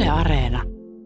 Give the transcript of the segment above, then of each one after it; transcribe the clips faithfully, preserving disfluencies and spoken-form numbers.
Yle Areena.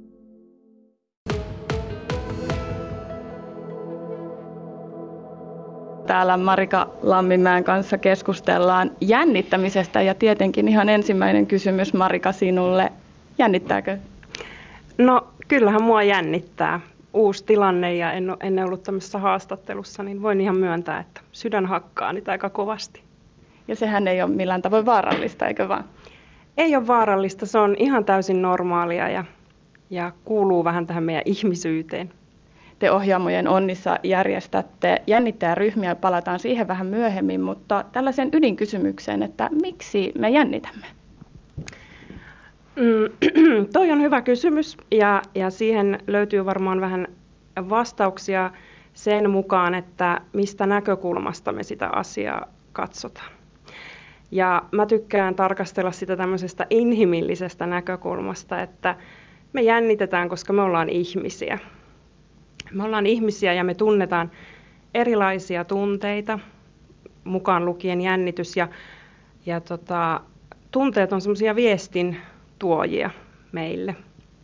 Täällä Marika Lamminmäen kanssa keskustellaan jännittämisestä ja tietenkin ihan ensimmäinen kysymys Marika sinulle. Jännittääkö? No kyllähän mua jännittää. Uusi tilanne ja en ole ennen ollut tämmöisessä haastattelussa, niin voin ihan myöntää, että sydän hakkaa nyt aika kovasti. Ja sehän ei ole millään tavoin vaarallista, eikö vaan? Ei ole vaarallista, se on ihan täysin normaalia ja, ja kuuluu vähän tähän meidän ihmisyyteen. Te Ohjaamojen Onnissa järjestätte jännittäjäryhmiä, palataan siihen vähän myöhemmin, mutta tällaisen ydinkysymykseen, että miksi me jännitämme? Mm, toi on hyvä kysymys ja, ja siihen löytyy varmaan vähän vastauksia sen mukaan, että mistä näkökulmasta me sitä asiaa katsotaan. Ja mä tykkään tarkastella sitä tämmöisestä inhimillisestä näkökulmasta, että me jännitetään, koska me ollaan ihmisiä. Me ollaan ihmisiä ja me tunnetaan erilaisia tunteita, mukaan lukien jännitys. Ja, ja tota, tunteet on semmoisia viestin tuojia meille.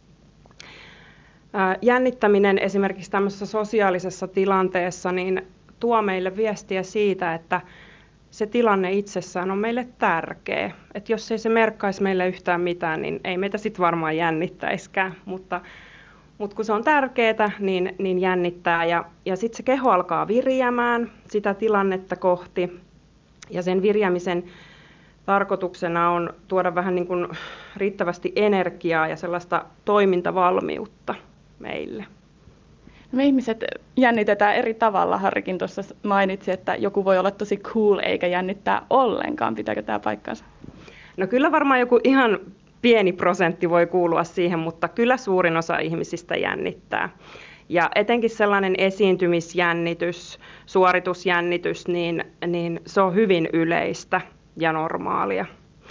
Ää, jännittäminen esimerkiksi tämmöisessä sosiaalisessa tilanteessa niin tuo meille viestiä siitä, että se tilanne itsessään on meille tärkeä. Et jos ei se merkkaisi meille yhtään mitään, niin ei meitä sitten varmaan jännittäisikään. Mutta, mutta kun se on tärkeää, niin, niin jännittää. Ja, ja sitten se keho alkaa virjämään sitä tilannetta kohti. Ja sen virjämisen tarkoituksena on tuoda vähän niin kuin riittävästi energiaa ja sellaista toimintavalmiutta meille. Me ihmiset jännitetään eri tavalla. Harrikin tuossa mainitsi, että joku voi olla tosi cool eikä jännittää ollenkaan. Pitääkö tämä paikkansa? No kyllä varmaan joku ihan pieni prosentti voi kuulua siihen, mutta kyllä suurin osa ihmisistä jännittää. Ja etenkin sellainen esiintymisjännitys, suoritusjännitys, niin, niin se on hyvin yleistä ja normaalia.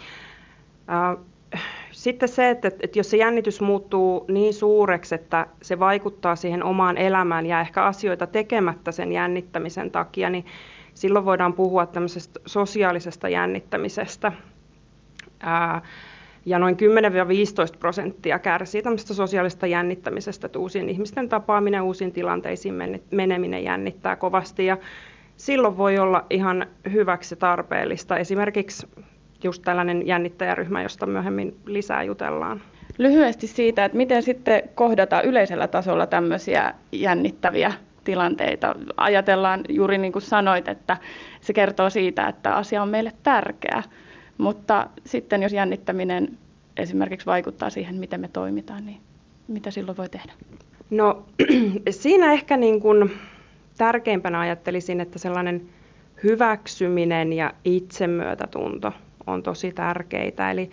Sitten se, että, että jos se jännitys muuttuu niin suureksi, että se vaikuttaa siihen omaan elämään ja ehkä asioita tekemättä sen jännittämisen takia, niin silloin voidaan puhua tämmöisestä sosiaalisesta jännittämisestä. Ää, ja noin kymmenen viisitoista prosenttia kärsii tämmöisestä sosiaalisesta jännittämisestä, että uusien ihmisten tapaaminen, uusiin tilanteisiin meneminen jännittää kovasti. Ja silloin voi olla ihan hyväksi tarpeellista. Esimerkiksi just tällainen jännittäjäryhmä, josta myöhemmin lisää jutellaan. Lyhyesti siitä, että miten sitten kohdataan yleisellä tasolla tämmöisiä jännittäviä tilanteita. Ajatellaan juuri niin kuin sanoit, että se kertoo siitä, että asia on meille tärkeä. Mutta sitten jos jännittäminen esimerkiksi vaikuttaa siihen, miten me toimitaan, niin mitä silloin voi tehdä? No siinä ehkä niin kuin tärkeimpänä ajattelisin, että sellainen hyväksyminen ja itsemyötätunto on tosi tärkeitä. Eli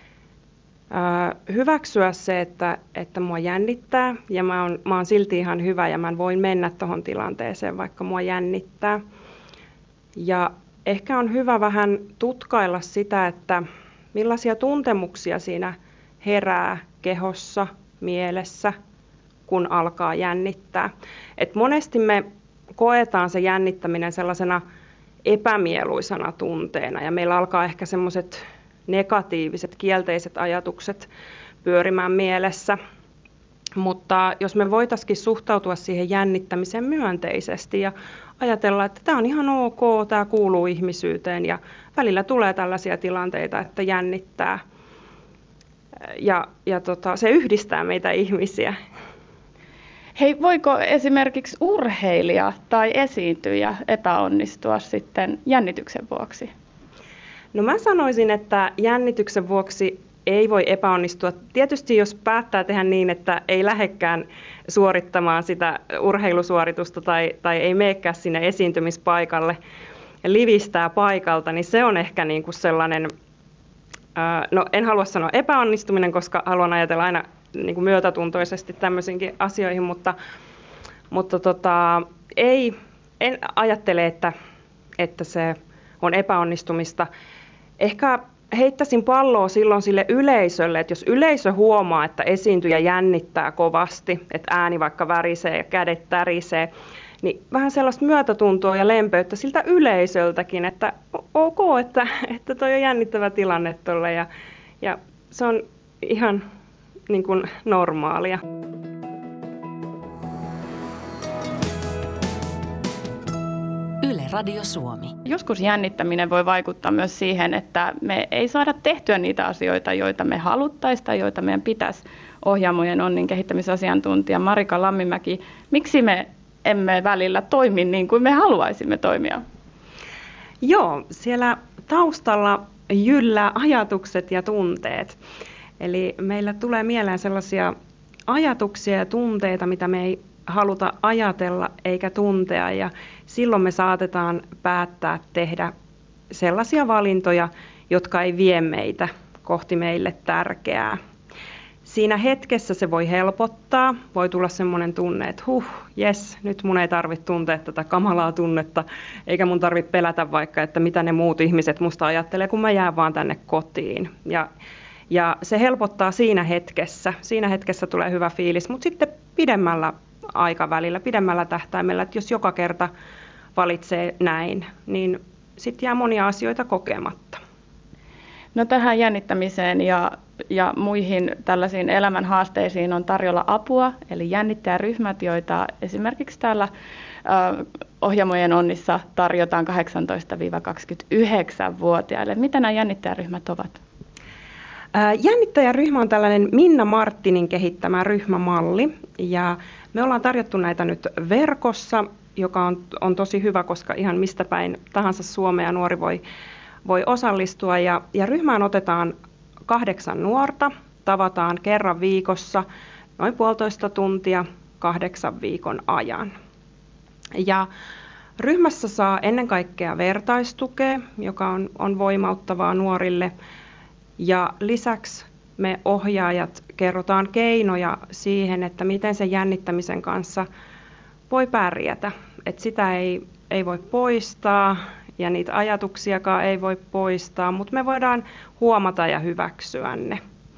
äh, hyväksyä se, että, että mua jännittää ja mä oon, mä oon silti ihan hyvä ja mä voin mennä tuohon tilanteeseen, vaikka mua jännittää. Ja ehkä on hyvä vähän tutkailla sitä, että millaisia tuntemuksia siinä herää kehossa, mielessä, kun alkaa jännittää. Et monesti me koetaan se jännittäminen sellaisena epämieluisana tunteena ja meillä alkaa ehkä semmoiset negatiiviset, kielteiset ajatukset pyörimään mielessä. Mutta jos me voitaisiin suhtautua siihen jännittämiseen myönteisesti ja ajatella, että tämä on ihan ok, tämä kuuluu ihmisyyteen ja välillä tulee tällaisia tilanteita, että jännittää ja, ja tota, se yhdistää meitä ihmisiä. Hei, voiko esimerkiksi urheilija tai esiintyjä epäonnistua sitten jännityksen vuoksi? No mä sanoisin, että jännityksen vuoksi ei voi epäonnistua. Tietysti jos päättää tehdä niin, että ei lähdekään suorittamaan sitä urheilusuoritusta tai, tai ei meekään sinne esiintymispaikalle ja livistää paikalta, niin se on ehkä niin kuin sellainen, no en halua sanoa epäonnistuminen, koska haluan ajatella aina niin kuin myötätuntoisesti tämmöisiinkin asioihin, mutta, mutta tota, ei, en ajattele, että, että se on epäonnistumista. Ehkä heittäisin palloa silloin sille yleisölle, että jos yleisö huomaa, että esiintyjä jännittää kovasti, että ääni vaikka värisee ja kädet tärisee, niin vähän sellaista myötätuntoa ja lempeyttä siltä yleisöltäkin, että ok, että, että toi on jännittävä tilanne tuolle ja, ja se on ihan niin kuin normaalia. Yle Radio Suomi. Joskus jännittäminen voi vaikuttaa myös siihen, että me ei saada tehtyä niitä asioita, joita me haluttaisiin tai joita meidän pitäisi. Ohjaamojen onnin kehittämisasiantuntija Marika Lammimäki, miksi me emme välillä toimi niin kuin me haluaisimme toimia? Joo, siellä taustalla jyllää ajatukset ja tunteet. Eli meillä tulee mieleen sellaisia ajatuksia ja tunteita, mitä me ei haluta ajatella eikä tuntea, ja silloin me saatetaan päättää tehdä sellaisia valintoja, jotka ei vie meitä kohti meille tärkeää. Siinä hetkessä se voi helpottaa, voi tulla semmoinen tunne, että huh, jes, nyt mun ei tarvitse tuntea tätä kamalaa tunnetta, eikä mun tarvitse pelätä vaikka, että mitä ne muut ihmiset musta ajattelee, kun mä jään vaan tänne kotiin. Ja, ja se helpottaa siinä hetkessä, siinä hetkessä tulee hyvä fiilis, mutta sitten pidemmällä aikavälillä, pidemmällä tähtäimellä, että jos joka kerta valitsee näin, niin sitten jää monia asioita kokematta. No tähän jännittämiseen ja, ja muihin tällaisiin elämän haasteisiin on tarjolla apua, eli jännittäjäryhmät, joita esimerkiksi täällä ö, Ohjaamojen onnissa tarjotaan kahdeksantoista kaksikymmentäyhdeksän-vuotiaille. Mitä nämä jännittäjäryhmät ovat? Jännittäjäryhmä on tällainen Minna Marttinin kehittämä ryhmämalli, ja me ollaan tarjottu näitä nyt verkossa, joka on, on tosi hyvä, koska ihan mistä päin tahansa Suomea nuori voi voi osallistua, ja, ja ryhmään otetaan kahdeksan nuorta, tavataan kerran viikossa noin puolitoista tuntia kahdeksan viikon ajan. Ja ryhmässä saa ennen kaikkea vertaistukea, joka on, on voimauttavaa nuorille, ja lisäksi me ohjaajat kerrotaan keinoja siihen, että miten sen jännittämisen kanssa voi pärjätä, että sitä ei, ei voi poistaa, ja niitä ajatuksiakaan ei voi poistaa, mutta me voidaan huomata ja hyväksyä ne.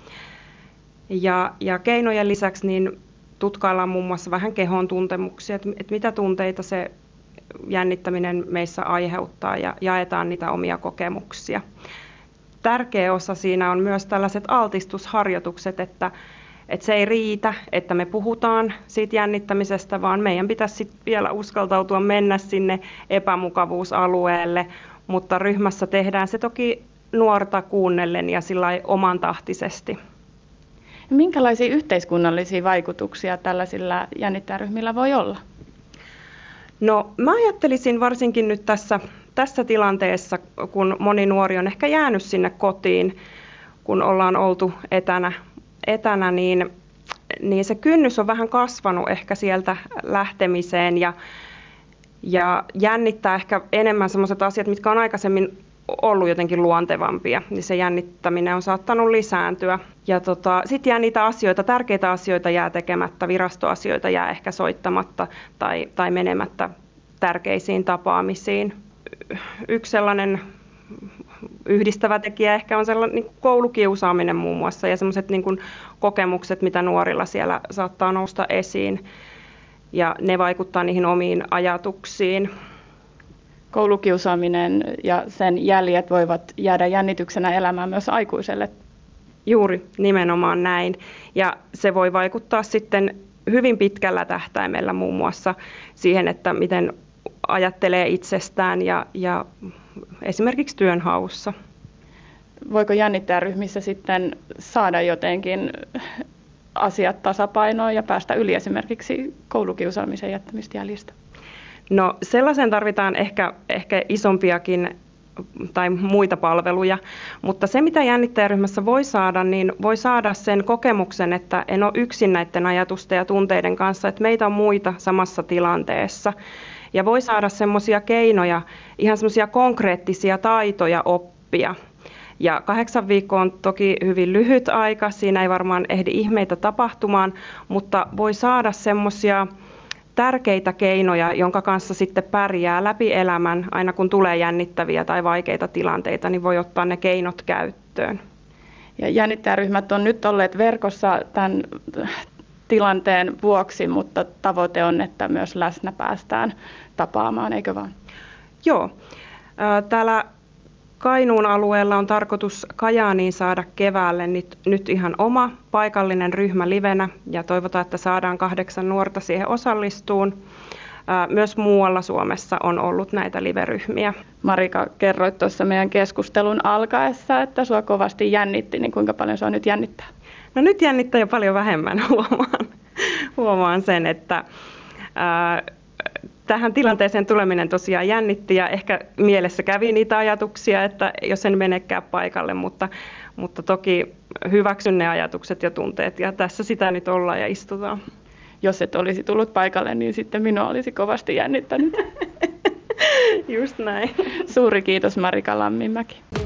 Ja, ja keinojen lisäksi niin tutkaillaan muun muassa vähän kehon tuntemuksia, että, että mitä tunteita se jännittäminen meissä aiheuttaa, ja jaetaan niitä omia kokemuksia. Tärkeä osa siinä on myös tällaiset altistusharjoitukset, että, että se ei riitä, että me puhutaan siitä jännittämisestä, vaan meidän pitäisi sit vielä uskaltautua mennä sinne epämukavuusalueelle, mutta ryhmässä tehdään se toki nuorta kuunnellen ja sillä oman tahtisesti. Minkälaisia yhteiskunnallisia vaikutuksia tällaisilla jännittäjäryhmillä voi olla? No, mä ajattelisin varsinkin nyt tässä, tässä tilanteessa, kun moni nuori on ehkä jäänyt sinne kotiin, kun ollaan oltu etänä, etänä niin, niin se kynnys on vähän kasvanut ehkä sieltä lähtemiseen, ja, ja jännittää ehkä enemmän sellaiset asiat, mitkä on aikaisemmin ollut jotenkin luontevampia, niin se jännittäminen on saattanut lisääntyä. Ja tota, sitten jää niitä asioita, tärkeitä asioita jää tekemättä, virastoasioita jää ehkä soittamatta tai, tai menemättä tärkeisiin tapaamisiin. Yksi sellainen yhdistävä tekijä ehkä on sellainen niin koulukiusaaminen muun muassa, ja sellaiset niin kuin kokemukset, mitä nuorilla siellä saattaa nousta esiin, ja ne vaikuttaa niihin omiin ajatuksiin. Koulukiusaaminen ja sen jäljet voivat jäädä jännityksenä elämään myös aikuiselle. Juuri, nimenomaan näin. Ja se voi vaikuttaa sitten hyvin pitkällä tähtäimellä muun muassa siihen, että miten ajattelee itsestään ja, ja esimerkiksi työnhaussa. Voiko jännittäjäryhmissä sitten saada jotenkin asiat tasapainoon ja päästä yli esimerkiksi koulukiusaamisen jättämistä jäljistä? No, sellaisen tarvitaan ehkä, ehkä isompiakin tai muita palveluja, mutta se mitä jännittäjäryhmässä voi saada, niin voi saada sen kokemuksen, että en ole yksin näiden ajatusten ja tunteiden kanssa, että meitä on muita samassa tilanteessa. Ja voi saada semmoisia keinoja, ihan semmoisia konkreettisia taitoja oppia. Ja kahdeksan viikkoa on toki hyvin lyhyt aika, siinä ei varmaan ehdi ihmeitä tapahtumaan, mutta voi saada semmoisia tärkeitä keinoja, jonka kanssa sitten pärjää läpi elämän. Aina kun tulee jännittäviä tai vaikeita tilanteita, niin voi ottaa ne keinot käyttöön. Ja jännittäjäryhmät on nyt olleet verkossa tämän tilanteen vuoksi, mutta tavoite on, että myös läsnä päästään tapaamaan, eikö vaan? Joo. Täällä Kainuun alueella on tarkoitus Kajaaniin saada keväälle nyt, nyt ihan oma paikallinen ryhmä livenä ja toivotaan, että saadaan kahdeksan nuorta siihen osallistuun. Myös muualla Suomessa on ollut näitä liveryhmiä. Marika, kerroit tuossa meidän keskustelun alkaessa, että sua kovasti jännitti, niin kuinka paljon sua nyt jännittää? No nyt jännittää jo paljon vähemmän, huomaan, huomaan sen, että ää, tähän tilanteeseen tuleminen tosiaan jännitti ja ehkä mielessä kävi niitä ajatuksia, että jos en menekään paikalle, mutta, mutta toki hyväksyn ne ajatukset ja tunteet ja tässä sitä nyt ollaan ja istutaan. Jos et olisi tullut paikalle, niin sitten minua olisi kovasti jännittänyt. Just näin. Suuri kiitos Marika Lamminmäki.